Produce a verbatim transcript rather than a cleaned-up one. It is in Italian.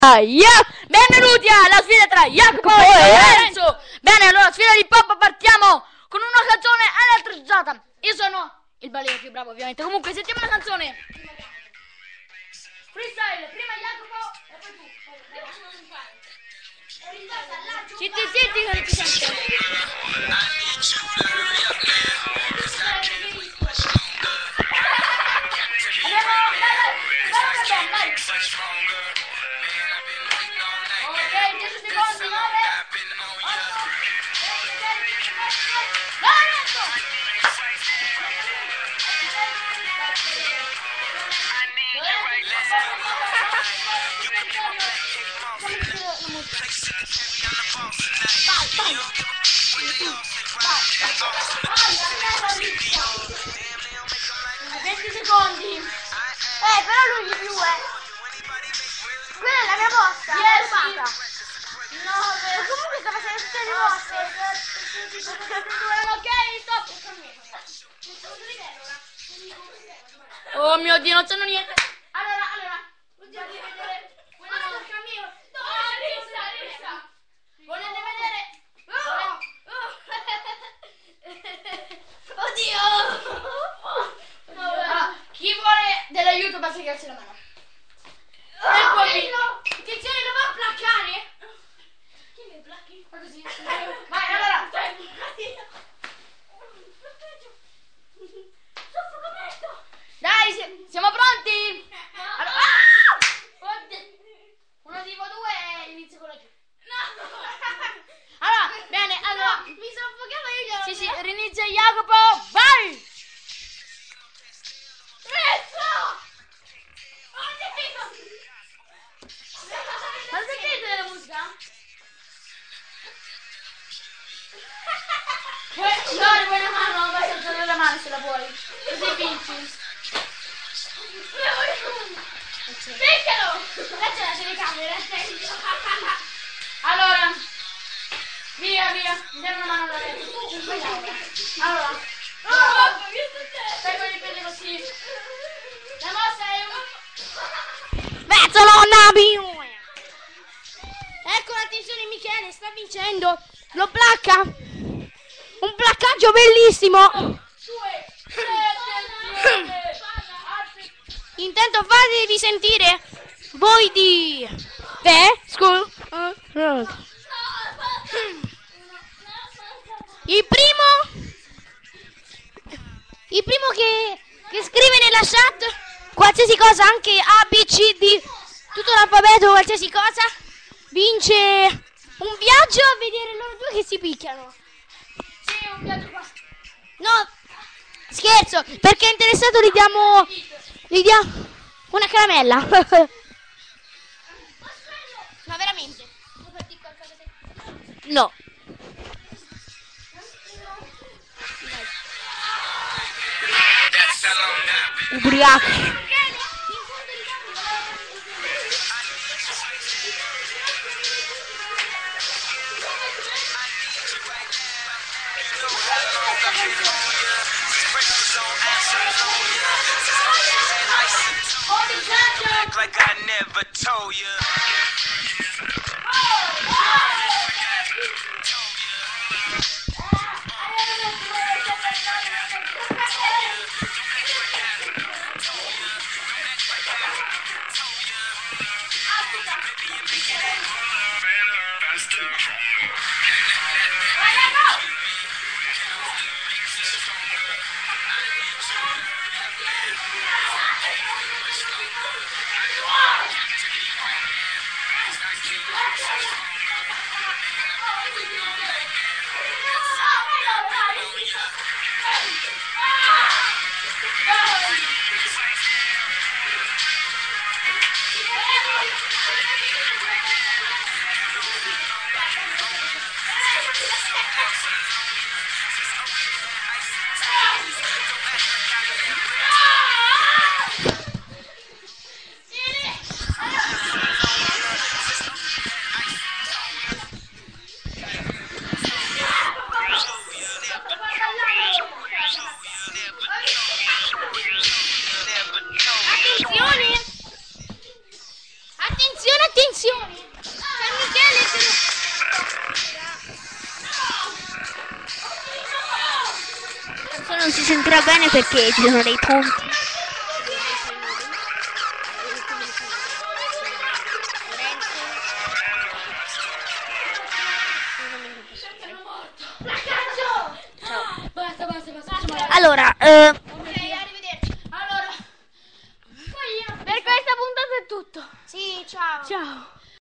Yeah. Benvenuti alla sfida tra Jacopo e Lorenzo. Bene, allora sfida di pop, partiamo con una canzone elettricizzata. Io sono il ballerino più bravo, ovviamente. Comunque sentiamo la canzone. Freestyle, prima Jacopo e poi tu. Zitti zitti che non ti sento. Andiamo, dai, dai, dai, dai. Ok, dieci secondi, nove, otto, sette, sei, Lorenzo! venti secondi. Eh, però lui di più, eh. Quella è la mia mossa, l'ho rubata. nove. Ma comunque sta facendo tutte le mosse. Ok, stop. Oh mio Dio, non sanno niente. Allora, allora, vogliamo vedere. Vogliamo vedere. No, resta, resta. Volete vedere? Oh. Oddio. Allora, chi vuole dell'aiuto basta che alzi la mano. Oh, Attenzione, lo va a placcare. Chi mi placchi? Fa così. Vai, allora. Dai, si- siamo pronti? Allora, ah! Uno tipo due e inizio con la giù. No! Allora, bene, allora. Mi soffocavo io. Sì, sì, rinizia Jacopo, vai! Ma sentite la musica? Lori, vuoi una mano? Vai a alzare la mano se la vuoi. Così vinci. Picchialo! Là c'è la telecamera. Allora, via, via. Mi dai una mano da me. Allora, Oh, che succede? stai con i piedi così. La mossa è un... Mezzolo Nabi! Ecco, attenzione, Michele, sta vincendo. Lo placca. Un placcaggio bellissimo. Due, tre, Intanto fatevi sentire voi di The School of Rock. Il primo Il primo che, che scrive nella chat qualsiasi cosa, anche A, B, C, D, tutto l'alfabeto, qualsiasi cosa, vince un viaggio a vedere loro due che si picchiano. Sì, un viaggio qua. No, scherzo, perché è interessato gli diamo, gli diamo una caramella. Ma veramente? No. Ubriachi. Like I never told you. non si sentirà bene perché ci sono dei tonti. Basta, basta, basta. Allora,